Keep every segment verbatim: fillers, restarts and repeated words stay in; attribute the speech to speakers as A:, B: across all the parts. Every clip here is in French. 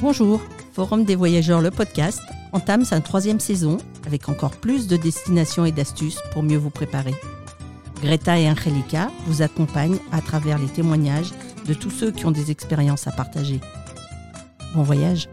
A: Bonjour, Forum des Voyageurs, le podcast, entame sa troisième saison avec encore plus de destinations et d'astuces pour mieux vous préparer. Greta et Angelica vous accompagnent à travers les témoignages de tous ceux qui ont des expériences à partager. Bon voyage!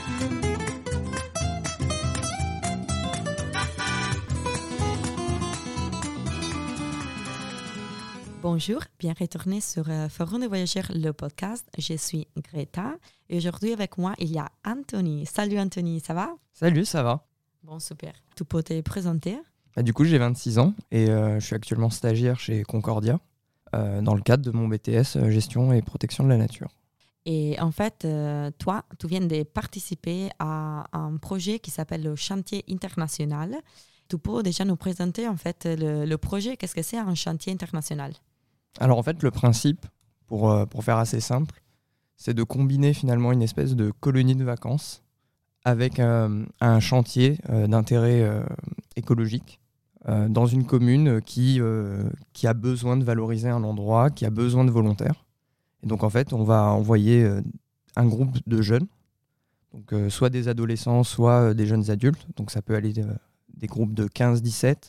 B: Bonjour, bien retourné sur euh, Forum des Voyageurs, le podcast. Je suis Greta et aujourd'hui avec moi, il y a Anthony. Salut Anthony, ça va?
C: Salut, ça va.
B: Bon, super. Tu peux te présenter?
C: Bah, du coup, j'ai vingt-six ans et euh, je suis actuellement stagiaire chez Concordia euh, dans le cadre de mon B T S euh, Gestion et Protection de la Nature.
B: Et en fait, euh, toi, tu viens de participer à un projet qui s'appelle le Chantier International. Tu peux déjà nous présenter en fait le, le projet. Qu'est-ce que c'est un chantier international?
C: Alors en fait, le principe, pour, euh, pour faire assez simple, c'est de combiner finalement une espèce de colonie de vacances avec euh, un chantier euh, d'intérêt euh, écologique euh, dans une commune qui, euh, qui a besoin de valoriser un endroit, qui a besoin de volontaires. Et donc en fait, on va envoyer euh, un groupe de jeunes, donc, euh, soit des adolescents, soit euh, des jeunes adultes. Donc ça peut aller euh, des groupes de quinze dix-sept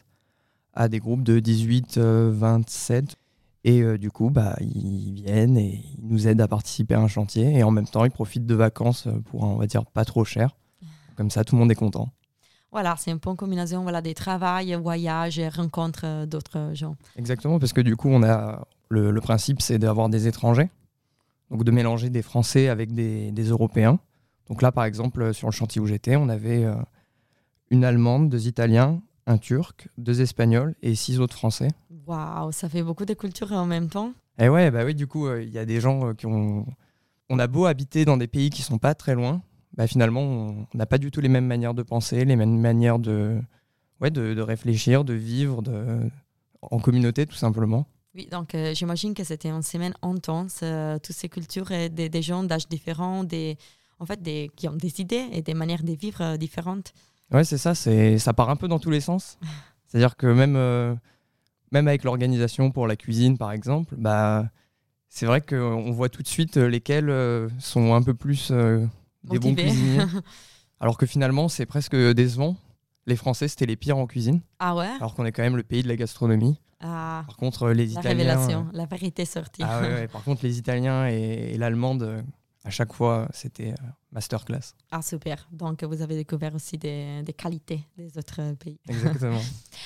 C: à des groupes de dix-huit vingt-sept. Et euh, du coup, bah, ils viennent et ils nous aident à participer à un chantier. Et en même temps, ils profitent de vacances pour, on va dire, pas trop cher. Comme ça, tout le monde est content.
B: Voilà, c'est un peu une combinaison voilà, des travails, voyages et rencontres d'autres gens.
C: Exactement, parce que du coup, on a le, le principe, c'est d'avoir des étrangers. Donc de mélanger des Français avec des, des Européens. Donc là, par exemple, sur le chantier où j'étais, on avait euh, une Allemande, deux Italiens, un Turc, deux Espagnols et six autres Français.
B: Waouh, ça fait beaucoup de cultures en même temps.
C: Et ouais, bah oui, du coup, il euh, y a des gens euh, qui ont... On a beau habiter dans des pays qui sont pas très loin, bah finalement, on n'a pas du tout les mêmes manières de penser, les mêmes manières de, ouais, de, de réfléchir, de vivre de... en communauté, tout simplement.
B: Oui, donc euh, j'imagine que c'était une semaine intense, euh, toutes ces cultures et des, des gens d'âge différents, des, en fait, des, qui ont des idées et des manières de vivre euh, différentes.
C: Ouais, c'est ça, c'est... ça part un peu dans tous les sens. C'est-à-dire que même... Euh... Même avec l'organisation pour la cuisine, par exemple, bah, c'est vrai qu'on voit tout de suite lesquels euh, sont un peu plus euh, des bons cuisiniers. Alors que finalement, c'est presque décevant. Les Français, c'était les pires en cuisine.
B: Ah ouais?
C: Alors qu'on est quand même le pays de la gastronomie.
B: Ah,
C: par contre, les
B: la
C: Italiens...
B: révélation, la vérité sortie.
C: Ah ouais, ouais, par contre, les Italiens et, et l'Allemande, euh, à chaque fois, c'était euh, masterclass.
B: Ah super, donc vous avez découvert aussi des, des qualités des autres pays.
C: Exactement.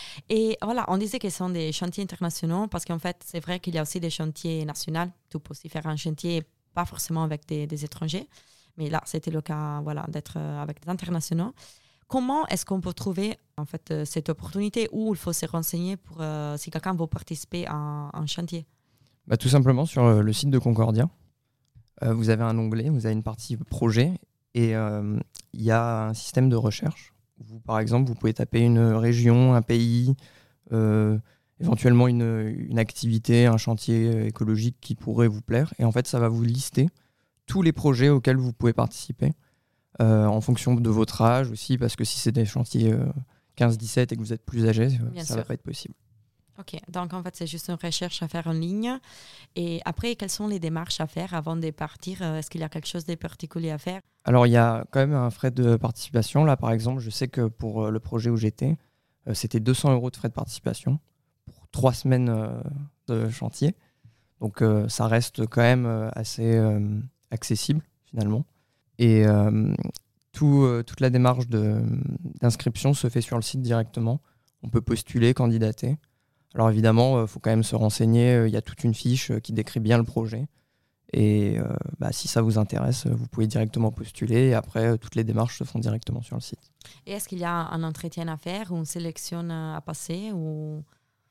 B: Et voilà, on disait que ce sont des chantiers internationaux parce qu'en fait, c'est vrai qu'il y a aussi des chantiers nationaux. Tu peux aussi faire un chantier, pas forcément avec des, des étrangers, mais là, c'était le cas voilà, d'être avec des internationaux. Comment est-ce qu'on peut trouver en fait, cette opportunité où il faut se renseigner pour, euh, si quelqu'un veut participer à un, à un chantier?
C: Bah, tout simplement sur le site de Concordia. Euh, vous avez un onglet, vous avez une partie projet et il euh, y a un système de recherche. Vous, par exemple, vous pouvez taper une région, un pays, euh, éventuellement une, une activité, un chantier écologique qui pourrait vous plaire. Et en fait, ça va vous lister tous les projets auxquels vous pouvez participer euh, en fonction de votre âge aussi, parce que si c'est des chantiers euh, quinze dix-sept et que vous êtes plus âgé,
B: Bien
C: ça ne va pas être possible.
B: Ok, donc en fait, c'est juste une recherche à faire en ligne. Et après, quelles sont les démarches à faire avant de partir? Est-ce qu'il y a quelque chose de particulier à faire?
C: Alors, il y a quand même un frais de participation. Là, par exemple, je sais que pour le projet où j'étais, euh, c'était deux cents euros de frais de participation pour trois semaines euh, de chantier. Donc, euh, ça reste quand même euh, assez euh, accessible, finalement. Et euh, tout, euh, toute la démarche de, d'inscription se fait sur le site directement. On peut postuler, candidater. Alors évidemment, il euh, faut quand même se renseigner, il euh, y a toute une fiche euh, qui décrit bien le projet. Et euh, bah, si ça vous intéresse, vous pouvez directement postuler. Et après, euh, toutes les démarches se font directement sur le site.
B: Et est-ce qu'il y a un entretien à faire ou une sélection à passer ou...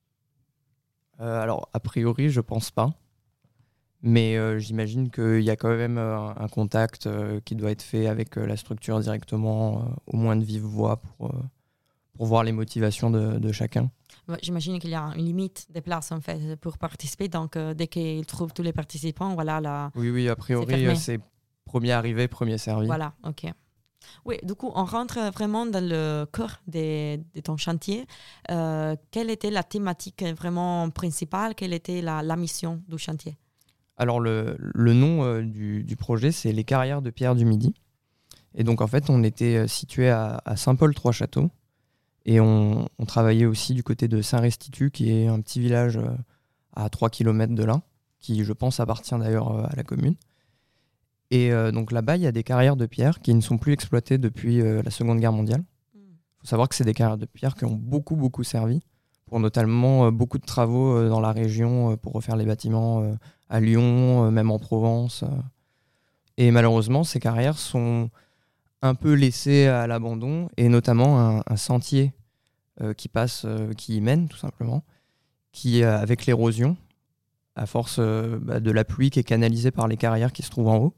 C: euh, Alors, a priori, je pense pas. Mais euh, j'imagine qu'il y a quand même euh, un contact euh, qui doit être fait avec euh, la structure directement, euh, au moins de vive voix, pour, euh, pour voir les motivations de, de chacun.
B: J'imagine qu'il y a une limite des places en fait pour participer. Donc, euh, dès qu'ils trouvent tous les participants, voilà. La...
C: Oui, oui, a priori, c'est, c'est premier arrivé, premier servi.
B: Voilà, ok. Oui, du coup, on rentre vraiment dans le cœur de, de ton chantier. Euh, quelle était la thématique vraiment principale? Quelle était la, la mission du chantier?
C: Alors, le, le nom euh, du, du projet, c'est Les Carrières de Pierre du Midi. Et donc en fait, on était situé à, à Saint-Paul-Trois-Châteaux et on, on travaillait aussi du côté de Saint-Restitut, qui est un petit village euh, à trois kilomètres de là, qui je pense appartient d'ailleurs euh, à la commune. Et euh, donc là-bas, il y a des carrières de pierre qui ne sont plus exploitées depuis euh, la Seconde Guerre mondiale. Il faut savoir que c'est des carrières de pierre qui ont beaucoup, beaucoup servi pour notamment euh, beaucoup de travaux euh, dans la région euh, pour refaire les bâtiments euh, à Lyon, euh, même en Provence. Euh. Et malheureusement, ces carrières sont un peu laissées à l'abandon, et notamment un, un sentier euh, qui passe, euh, qui y mène tout simplement, qui, euh, avec l'érosion, à force euh, bah, de la pluie qui est canalisée par les carrières qui se trouvent en haut,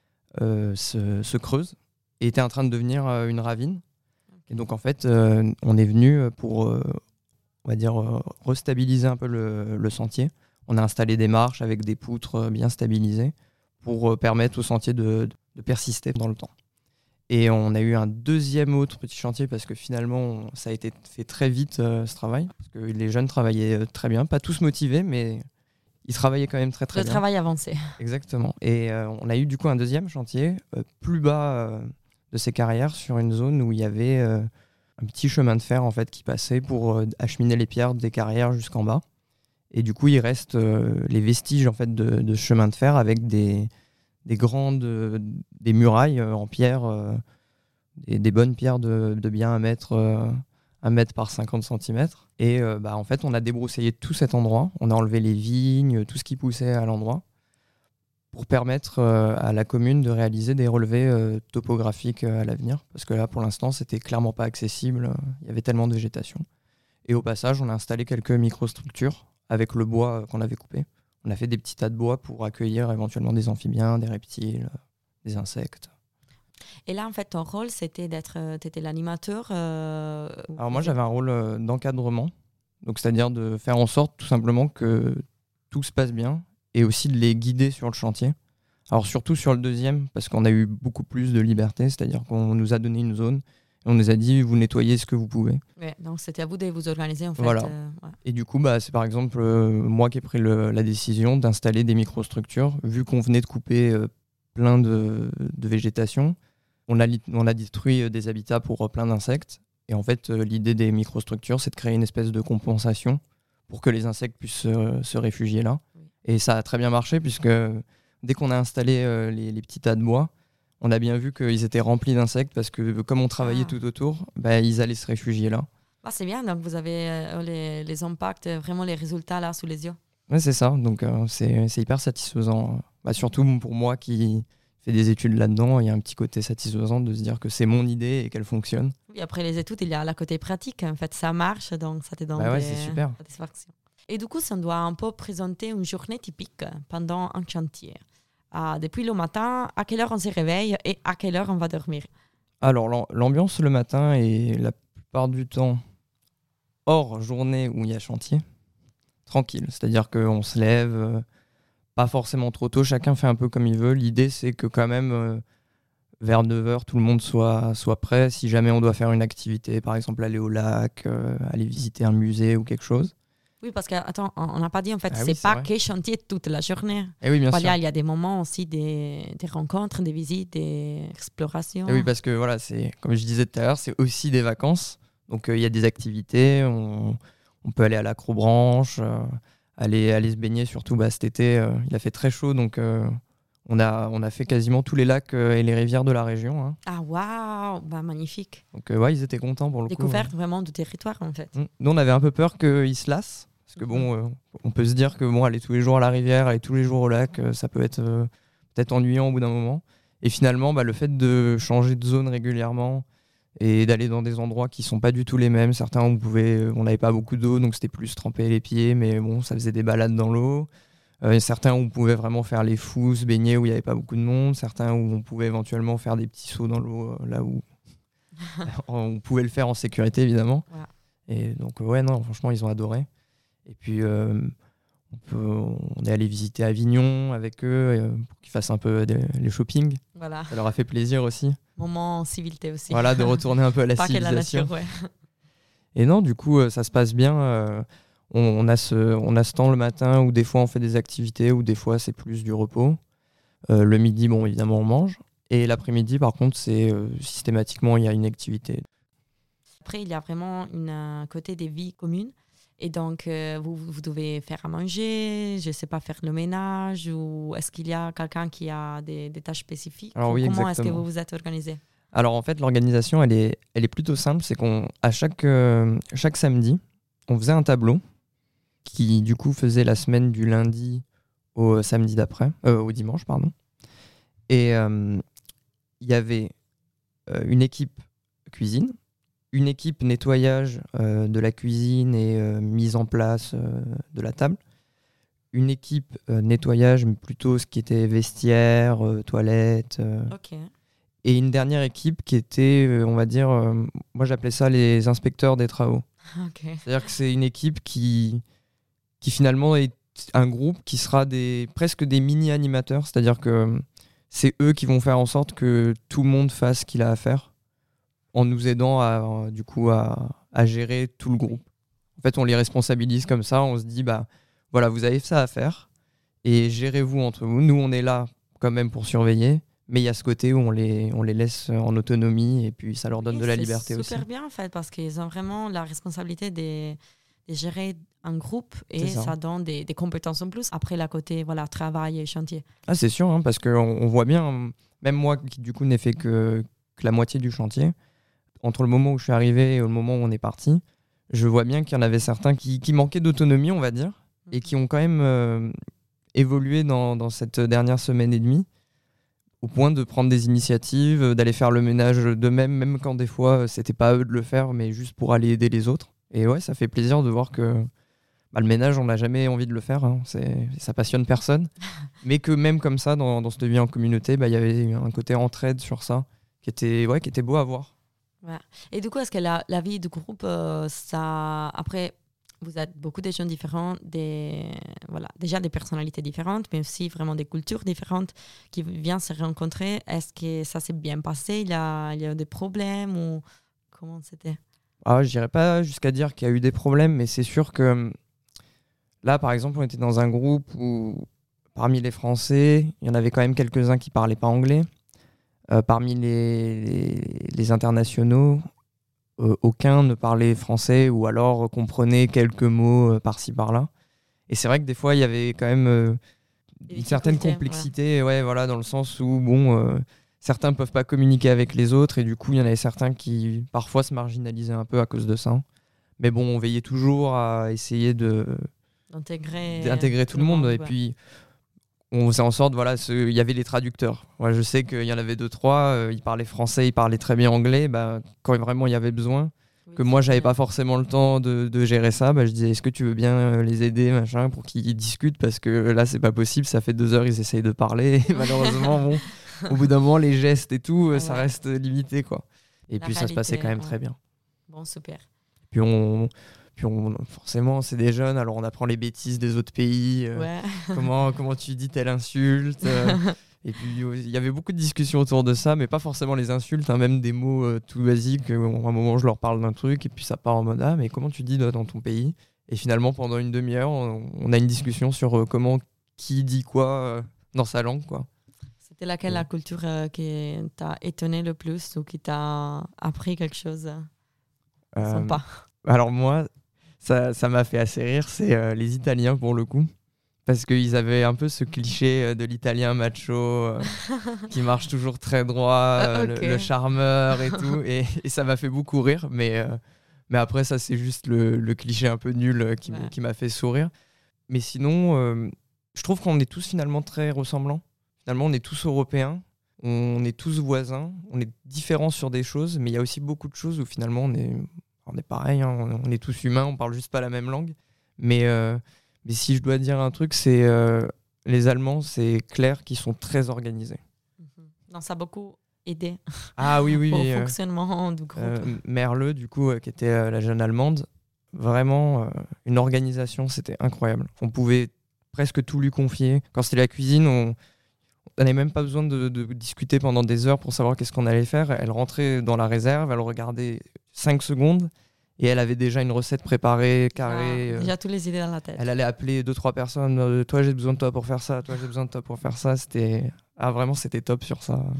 C: euh, se, se creuse et était en train de devenir euh, une ravine. Et donc en fait, euh, on est venu pour, euh, on va dire, euh, restabiliser un peu le, le sentier. On a installé des marches avec des poutres bien stabilisées pour euh, permettre au sentier de, de persister dans le temps. Et on a eu un deuxième autre petit chantier parce que finalement, on, ça a été fait très vite euh, ce travail. Parce que les jeunes travaillaient euh, très bien, pas tous motivés, mais ils travaillaient quand même très très
B: le
C: bien.
B: Le travail avancé.
C: Exactement. Et euh, on a eu du coup un deuxième chantier euh, plus bas euh, de ces carrières, sur une zone où il y avait euh, un petit chemin de fer en fait qui passait pour euh, acheminer les pierres des carrières jusqu'en bas. Et du coup, il reste euh, les vestiges en fait de, de ce chemin de fer avec des des grandes euh, des murailles euh, en pierre, euh, des, des bonnes pierres de, de bien un mètre, euh, un mètre par cinquante centimètres. Et euh, bah, en fait, on a débroussaillé tout cet endroit. On a enlevé les vignes, tout ce qui poussait à l'endroit, pour permettre euh, à la commune de réaliser des relevés euh, topographiques euh, à l'avenir. Parce que là, pour l'instant, c'était clairement pas accessible. Il y avait tellement de végétation. Et au passage, on a installé quelques microstructures avec le bois euh, qu'on avait coupé. On a fait des petits tas de bois pour accueillir éventuellement des amphibiens, des reptiles, des insectes.
B: Et là, en fait, ton rôle, c'était d'être, euh, t'étais l'animateur. Euh,
C: Alors moi, j'avais un rôle euh, d'encadrement, donc c'est-à-dire de faire en sorte tout simplement que tout se passe bien, et aussi de les guider sur le chantier. Alors surtout sur le deuxième, parce qu'on a eu beaucoup plus de liberté, c'est-à-dire qu'on nous a donné une zone, et on nous a dit vous nettoyez ce que vous pouvez.
B: Ouais, donc c'était à vous de vous organiser en fait.
C: Voilà.
B: Euh, ouais.
C: Et du coup, bah, c'est par exemple euh, moi qui ai pris le, la décision d'installer des microstructures, vu qu'on venait de couper euh, plein de, de végétation. On a, on a détruit des habitats pour euh, plein d'insectes. Et en fait, euh, l'idée des microstructures, c'est de créer une espèce de compensation pour que les insectes puissent euh, se réfugier là. Oui. Et ça a très bien marché, puisque dès qu'on a installé euh, les, les petits tas de bois, on a bien vu qu'ils étaient remplis d'insectes, parce que comme on travaillait ah. tout autour, bah, ils allaient se réfugier là.
B: Ah, c'est bien, donc vous avez euh, les, les impacts, vraiment les résultats là sous les yeux.
C: Oui, c'est ça, donc euh, c'est, c'est hyper satisfaisant. Bah, surtout pour moi qui fais des études là-dedans, il y a un petit côté satisfaisant de se dire que c'est mon idée et qu'elle fonctionne.
B: Oui, après les études, il y a le côté pratique, en fait, ça marche, donc ça te donne
C: bah ouais,
B: des
C: c'est super.
B: satisfactions. Et du coup, ça doit un peu présenter une journée typique pendant un chantier. Ah, depuis le matin, à quelle heure on se réveille et à quelle heure on va dormir?
C: Alors, l'ambiance le matin est la plupart du temps hors journée où il y a chantier, tranquille. C'est-à-dire qu'on se lève, euh, pas forcément trop tôt, chacun fait un peu comme il veut. L'idée, c'est que quand même, euh, vers neuf heures, tout le monde soit, soit prêt. Si jamais on doit faire une activité, par exemple aller au lac, euh, aller visiter un musée ou quelque chose.
B: Oui, parce que, attends, on n'a pas dit, en fait,
C: ah
B: c'est
C: oui,
B: pas
C: c'est
B: que chantier toute la journée.
C: Et oui, bien
B: voilà,
C: sûr.
B: il y a des moments aussi, des, des rencontres, des visites, des explorations.
C: Et oui, parce que, voilà, c'est, comme je disais tout à l'heure, c'est aussi des vacances. Donc, il euh, y a des activités, on, on peut aller à l'Acrobranche, euh, aller, aller se baigner, surtout bah, cet été, euh, il a fait très chaud, donc euh, on, a, on a fait quasiment tous les lacs euh, et les rivières de la région. Hein.
B: Ah, waouh, bah, magnifique.
C: Donc, euh, ouais, ils étaient contents pour le
B: Découverte
C: coup.
B: vraiment du territoire, en fait.
C: Nous, on avait un peu peur qu'ils se lassent. Parce que bon, euh, on peut se dire que bon, aller tous les jours à la rivière, aller tous les jours au lac, euh, ça peut être euh, peut-être ennuyant au bout d'un moment. Et finalement, bah, le fait de changer de zone régulièrement et d'aller dans des endroits qui sont pas du tout les mêmes, certains on pouvait, on n'avait pas beaucoup d'eau, donc c'était plus tremper les pieds, mais bon, ça faisait des balades dans l'eau. Euh, certains où on pouvait vraiment faire les fous, se baigner où il n'y avait pas beaucoup de monde. Certains où on pouvait éventuellement faire des petits sauts dans l'eau, euh, là où on pouvait le faire en sécurité évidemment. Ouais. Et donc ouais, non, franchement, ils ont adoré. Et puis, euh, on, peut, on est allé visiter Avignon avec eux euh, pour qu'ils fassent un peu des, les shopping. Voilà. Ça leur a fait plaisir aussi.
B: Moment civilité aussi.
C: Voilà, de retourner un peu à la
B: Pas
C: civilisation.
B: Que la nature, ouais.
C: Et non, du coup, ça se passe bien. Euh, on, on, a ce, on a ce temps le matin où des fois on fait des activités, où des fois c'est plus du repos. Euh, le midi, bon, évidemment, on mange. Et l'après-midi, par contre, c'est euh, systématiquement, il y a une activité.
B: Après, il y a vraiment une, un côté des vies communes. Et donc, euh, vous, vous devez faire à manger, je ne sais pas, faire le ménage, ou est-ce qu'il y a quelqu'un qui a des, des tâches spécifiques?
C: Alors, oui,
B: comment est-ce que
C: exactement.
B: vous vous êtes organisé?
C: Alors en fait, l'organisation, elle est, elle est plutôt simple. C'est qu'à chaque, euh, chaque samedi, on faisait un tableau qui du coup faisait la semaine du lundi au samedi d'après, euh, au dimanche, pardon. Et il euh, y avait euh, une équipe cuisine, une équipe nettoyage euh, de la cuisine et euh, mise en place euh, de la table, une équipe euh, nettoyage, mais plutôt ce qui était vestiaire, euh, toilettes. Euh,
B: Ok.
C: Et une dernière équipe qui était, euh, on va dire, euh, moi j'appelais ça les inspecteurs des travaux.
B: Ok.
C: C'est-à-dire que c'est une équipe qui, qui finalement est un groupe qui sera des, presque des mini-animateurs. C'est-à-dire que c'est eux qui vont faire en sorte que tout le monde fasse ce qu'il a à faire en nous aidant à, euh, du coup, à, à gérer tout le groupe. En fait, on les responsabilise comme ça. On se dit, bah, voilà, vous avez ça à faire et gérez-vous entre vous. Nous, on est là quand même pour surveiller. Mais il y a ce côté où on les, on les laisse en autonomie et puis ça leur donne
B: Et
C: de la
B: c'est
C: liberté aussi.
B: C'est super bien en fait parce qu'ils ont vraiment la responsabilité de, de gérer un groupe et
C: ça.
B: ça donne des, des compétences en plus après la côté voilà, travail et chantier.
C: Ah, c'est sûr, hein, parce qu'on on voit bien, même moi qui du coup n'ai fait que, que la moitié du chantier, entre le moment où je suis arrivé et le moment où on est parti, je vois bien qu'il y en avait certains qui, qui manquaient d'autonomie, on va dire, mm-hmm. et qui ont quand même euh, évolué dans, dans cette dernière semaine et demie, au point de prendre des initiatives, d'aller faire le ménage d'eux-mêmes, même quand des fois c'était pas à eux de le faire, mais juste pour aller aider les autres. Et ouais, ça fait plaisir de voir que bah, le ménage, on n'a jamais envie de le faire, hein. C'est, ça passionne personne. Mais que même comme ça, dans, dans cette vie en communauté, bah, y avait un côté entraide sur ça, qui était, ouais, qui était beau à voir.
B: Ouais. Et du coup, est-ce que la, la vie du groupe, euh, ça... Après, vous êtes beaucoup de gens différents, des, voilà, déjà des personnalités différentes, mais aussi vraiment des cultures différentes qui viennent se rencontrer. Est-ce que ça s'est bien passé? Il y a, il y a eu des problèmes ou comment c'était?
C: Ah, je dirais pas jusqu'à dire qu'il y a eu des problèmes, mais c'est sûr que là, par exemple, on était dans un groupe où parmi les Français, il y en avait quand même quelques-uns qui parlaient pas anglais. Euh, parmi les, les, les internationaux, Euh, aucun ne parlait français ou alors euh, comprenait quelques mots euh, par-ci par-là. Et c'est vrai que des fois, il y avait quand même euh, une certaine complexité, ouais. Ouais, voilà, dans le sens où bon, euh, certains ne peuvent pas communiquer avec les autres et du coup, il y en avait certains qui parfois se marginalisaient un peu à cause de ça. Mais bon, on veillait toujours à essayer de,
B: d'intégrer,
C: d'intégrer tout, tout le monde. monde et
B: ouais.
C: puis, on faisait en sorte, voilà, ce, il y avait les traducteurs. Ouais, je sais qu'il y en avait deux, trois, euh, ils parlaient français, ils parlaient très bien anglais. Bah, quand vraiment il y avait besoin, oui, que moi j'avais bien. Pas forcément le temps de, de gérer ça, bah, je disais est-ce que tu veux bien les aider machin, pour qu'ils discutent, parce que là c'est pas possible, ça fait deux heures ils essayent de parler. Et malheureusement, bon, au bout d'un moment, les gestes et tout, ah, ça ouais. reste limité, quoi. Et La puis réalité, ça se passait quand même ouais. très bien.
B: Bon, super.
C: Puis on. Puis on, forcément, c'est des jeunes, alors on apprend les bêtises des autres pays. Euh, ouais. comment, comment tu dis telle insulte. Euh, et puis il y avait beaucoup de discussions autour de ça, mais pas forcément les insultes, hein, même des mots euh, tout basiques. À un moment, je leur parle d'un truc et puis ça part en mode ah, mais comment tu dis dans ton pays? Et finalement, pendant une demi-heure, on, on a une discussion sur euh, comment, qui dit quoi euh, dans sa langue, quoi.
B: C'était laquelle ouais. la culture euh, qui t'a étonné le plus ou qui t'a appris quelque chose euh, sympa?
C: Alors moi, ça, ça m'a fait assez rire, c'est euh, les Italiens pour le coup. Parce qu'ils avaient un peu ce cliché euh, de l'Italien macho euh, qui marche toujours très droit, euh, okay. le, le charmeur et tout. Et, et ça m'a fait beaucoup rire. Mais, euh, mais après, ça, c'est juste le, le cliché un peu nul euh, qui, ouais. qui m'a fait sourire. Mais sinon, euh, je trouve qu'on est tous finalement très ressemblants. Finalement, on est tous européens, on est tous voisins, on est différents sur des choses. Mais il y a aussi beaucoup de choses où finalement, on est... On est pareil, hein, on est tous humains, on parle juste pas la même langue. Mais, euh, mais si je dois dire un truc, c'est euh, les Allemands, c'est clair qu'ils sont très organisés.
B: Mm-hmm. Non, ça a beaucoup aidé
C: ah, oui, oui,
B: au
C: euh,
B: fonctionnement du groupe.
C: Euh, Merle, du coup, euh, qui était euh, la jeune Allemande, vraiment, euh, une organisation, c'était incroyable. On pouvait presque tout lui confier. Quand c'était la cuisine, on n'avait même pas besoin de, de discuter pendant des heures pour savoir qu'est-ce qu'on allait faire. Elle rentrait dans la réserve, elle regardait cinq secondes et elle avait déjà une recette préparée, carrée.
B: Ah, déjà euh, toutes les idées dans la tête.
C: Elle allait appeler deux, trois personnes. Euh, toi, j'ai besoin de toi pour faire ça. Toi, j'ai besoin de toi pour faire ça. C'était... Ah, vraiment, c'était top sur ça.
B: Après,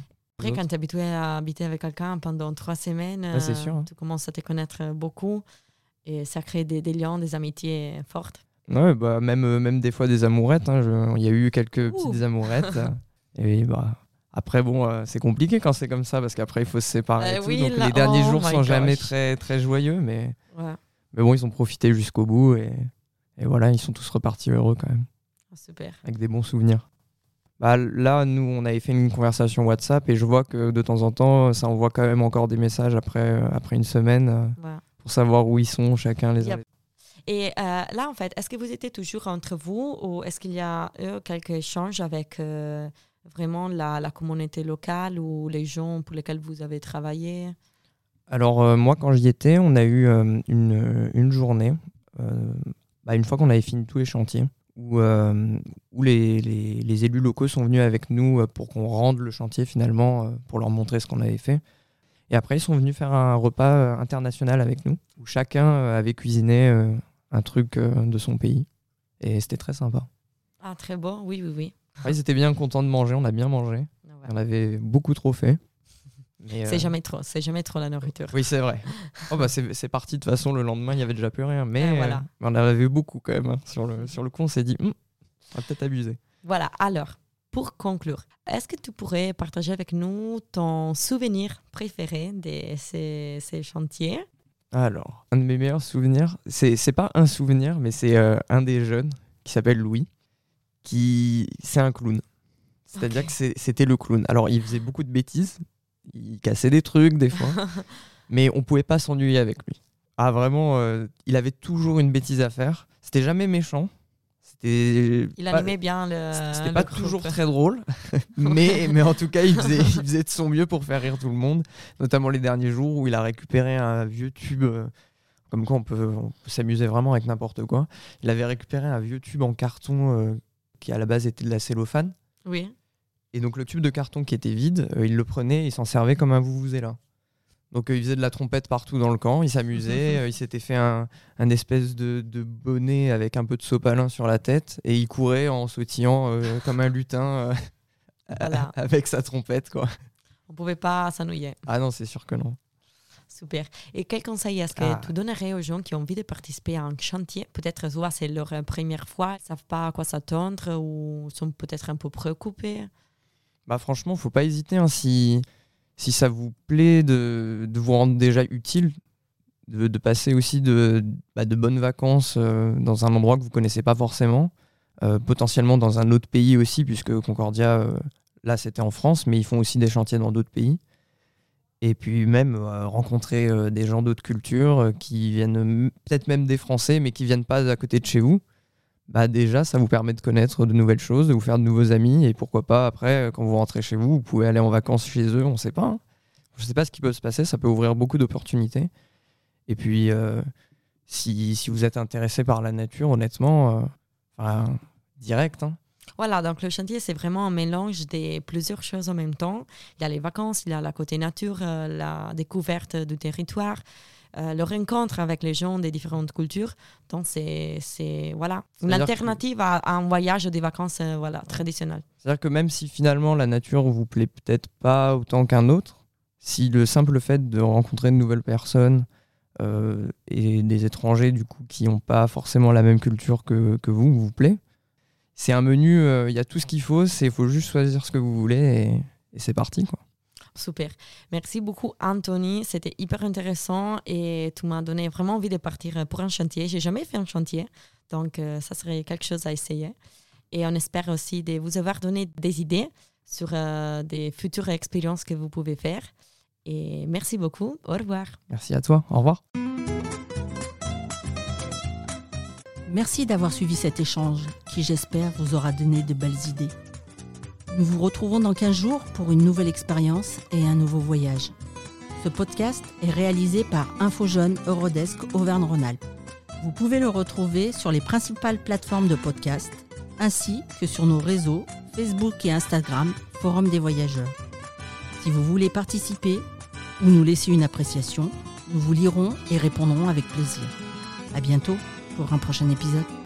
B: après,
C: autres.
B: quand tu es habitué à habiter avec quelqu'un pendant trois semaines,
C: Ouais, c'est
B: euh,
C: sûr, hein.
B: tu commences à te connaître beaucoup et ça crée des, des liens, des amitiés fortes.
C: Ouais, bah, même, euh, même des fois des amourettes. hein, je- Il y a eu quelques
B: Ouh.
C: petites amourettes. euh, et bah, après, bon, euh, c'est compliqué quand c'est comme ça parce qu'après, il faut se séparer.
B: Euh,
C: et tout,
B: oui,
C: donc
B: là-
C: les derniers
B: oh
C: jours
B: my
C: sont jamais
B: gosh.
C: très, très joyeux. Mais,
B: Ouais.
C: mais bon, ils ont profité jusqu'au bout. Et, et voilà, ils sont tous repartis heureux quand même,
B: Super.
C: avec des bons souvenirs. Bah, là, nous, on avait fait une conversation WhatsApp et je vois que de temps en temps, ça envoie quand même encore des messages après, euh, après une semaine euh,
B: Ouais.
C: pour savoir où ils sont chacun les uns
B: Yep.
C: les autres.
B: Et euh, là, en fait, est-ce que vous étiez toujours entre vous ou est-ce qu'il y a eu quelques échanges avec euh, vraiment la, la communauté locale ou les gens pour lesquels vous avez travaillé?
C: Alors, euh, moi, quand j'y étais, on a eu euh, une, une journée, euh, bah, une fois qu'on avait fini tous les chantiers, où, euh, où les, les, les élus locaux sont venus avec nous euh, pour qu'on rende le chantier finalement, euh, pour leur montrer ce qu'on avait fait. Et après, ils sont venus faire un repas euh, international avec nous, où chacun euh, avait cuisiné euh, un truc euh, de son pays. Et c'était très sympa.
B: Ah, très bon, oui, oui, oui.
C: Après, ils étaient bien contents de manger, on a bien mangé.
B: Ouais.
C: On avait beaucoup trop fait. Mais,
B: C'est
C: euh,
B: jamais trop, c'est jamais trop la nourriture.
C: Oui, c'est vrai. Oh, bah, c'est, c'est parti de toute façon, le lendemain, il n'y avait déjà plus rien. Mais
B: Ah, voilà.
C: euh, on en avait beaucoup quand même. hein. Sur, le, sur le coup, on s'est dit, Hm, on va peut-être abuser.
B: Voilà, alors, pour conclure, est-ce que tu pourrais partager avec nous ton souvenir préféré de ces, ces chantiers?
C: Alors, un de mes meilleurs souvenirs, c'est, c'est pas un souvenir, mais c'est euh, un des jeunes qui s'appelle Louis, qui c'est un clown. C'est-à-dire
B: Ok.
C: que c'est- c'était le clown. Alors, il faisait beaucoup de bêtises, il cassait des trucs des fois, mais on pouvait pas s'ennuyer avec lui. Ah, vraiment, euh, il avait toujours une bêtise à faire. C'était jamais méchant. C'était
B: Il
C: pas-
B: animait bien le.
C: C'était
B: le
C: pas
B: groupe.
C: toujours très drôle, mais, mais en tout cas, il faisait, il faisait de son mieux pour faire rire tout le monde, notamment les derniers jours où il a récupéré un vieux tube, euh, comme quoi on peut, on peut s'amuser vraiment avec n'importe quoi. Il avait récupéré un vieux tube en carton euh, qui à la base était de la cellophane,
B: Oui.
C: et donc le tube de carton qui était vide, euh, il le prenait et il s'en servait comme un vuvuzela. Donc euh, il faisait de la trompette partout dans le camp, il s'amusait, euh, il s'était fait un, un espèce de, de bonnet avec un peu de sopalin sur la tête et il courait en sautillant euh, comme un lutin euh,
B: Voilà.
C: avec sa trompette, quoi.
B: On pouvait pas s'ennuyer.
C: Ah non, c'est sûr que non.
B: Super. Et quel conseil est-ce que
C: Ah.
B: tu donnerais aux gens qui ont envie de participer à un chantier? Peut-être soit c'est leur euh, première fois, ils ne savent pas à quoi s'attendre ou sont peut-être un peu préoccupés.
C: Bah franchement, faut pas hésiter, hein, si, si ça vous plaît de, de vous rendre déjà utile, de, de passer aussi de, bah, de bonnes vacances euh, dans un endroit que vous connaissez pas forcément, euh, potentiellement dans un autre pays aussi, puisque Concordia, euh, là c'était en France, mais ils font aussi des chantiers dans d'autres pays. Et puis même euh, rencontrer euh, des gens d'autres cultures euh, qui viennent, m- peut-être même des Français, mais qui viennent pas à côté de chez vous. Bah déjà, ça vous permet de connaître de nouvelles choses, de vous faire de nouveaux amis, et pourquoi pas, après, euh, quand vous rentrez chez vous, vous pouvez aller en vacances chez eux, on sait pas. hein. Je sais pas ce qui peut se passer, ça peut ouvrir beaucoup d'opportunités. Et puis, euh, si, si vous êtes intéressé par la nature, honnêtement, euh, enfin, direct. hein.
B: Voilà, donc le chantier, c'est vraiment un mélange de plusieurs choses en même temps. Il y a les vacances, il y a la côté nature, euh, la découverte du territoire, euh, le rencontre avec les gens des différentes cultures. Donc, c'est, c'est voilà, une
C: C'est-à-dire
B: alternative à, à un voyage des vacances euh, voilà, traditionnel.
C: C'est-à-dire que même si finalement la nature vous plaît peut-être pas autant qu'un autre, si le simple fait de rencontrer de nouvelles personnes euh, et des étrangers du coup qui n'ont pas forcément la même culture que, que vous vous plaît, c'est un menu, il euh, y a tout ce qu'il faut, il faut juste choisir ce que vous voulez et, et c'est parti, quoi.
B: Super. Merci beaucoup, Anthony. C'était hyper intéressant et tu m'as donné vraiment envie de partir pour un chantier. J'ai jamais fait un chantier, donc euh, ça serait quelque chose à essayer. Et on espère aussi de vous avoir donné des idées sur euh, des futures expériences que vous pouvez faire. Et merci beaucoup. Au revoir.
C: Merci à toi, au revoir.
A: Merci d'avoir suivi cet échange qui, j'espère, vous aura donné de belles idées. Nous vous retrouvons dans quinze jours pour une nouvelle expérience et un nouveau voyage. Ce podcast est réalisé par InfoJeune Eurodesk Auvergne-Rhône-Alpes. Vous pouvez le retrouver sur les principales plateformes de podcast, ainsi que sur nos réseaux Facebook et Instagram, Forum des Voyageurs. Si vous voulez participer ou nous laisser une appréciation, nous vous lirons et répondrons avec plaisir. À bientôt pour un prochain épisode.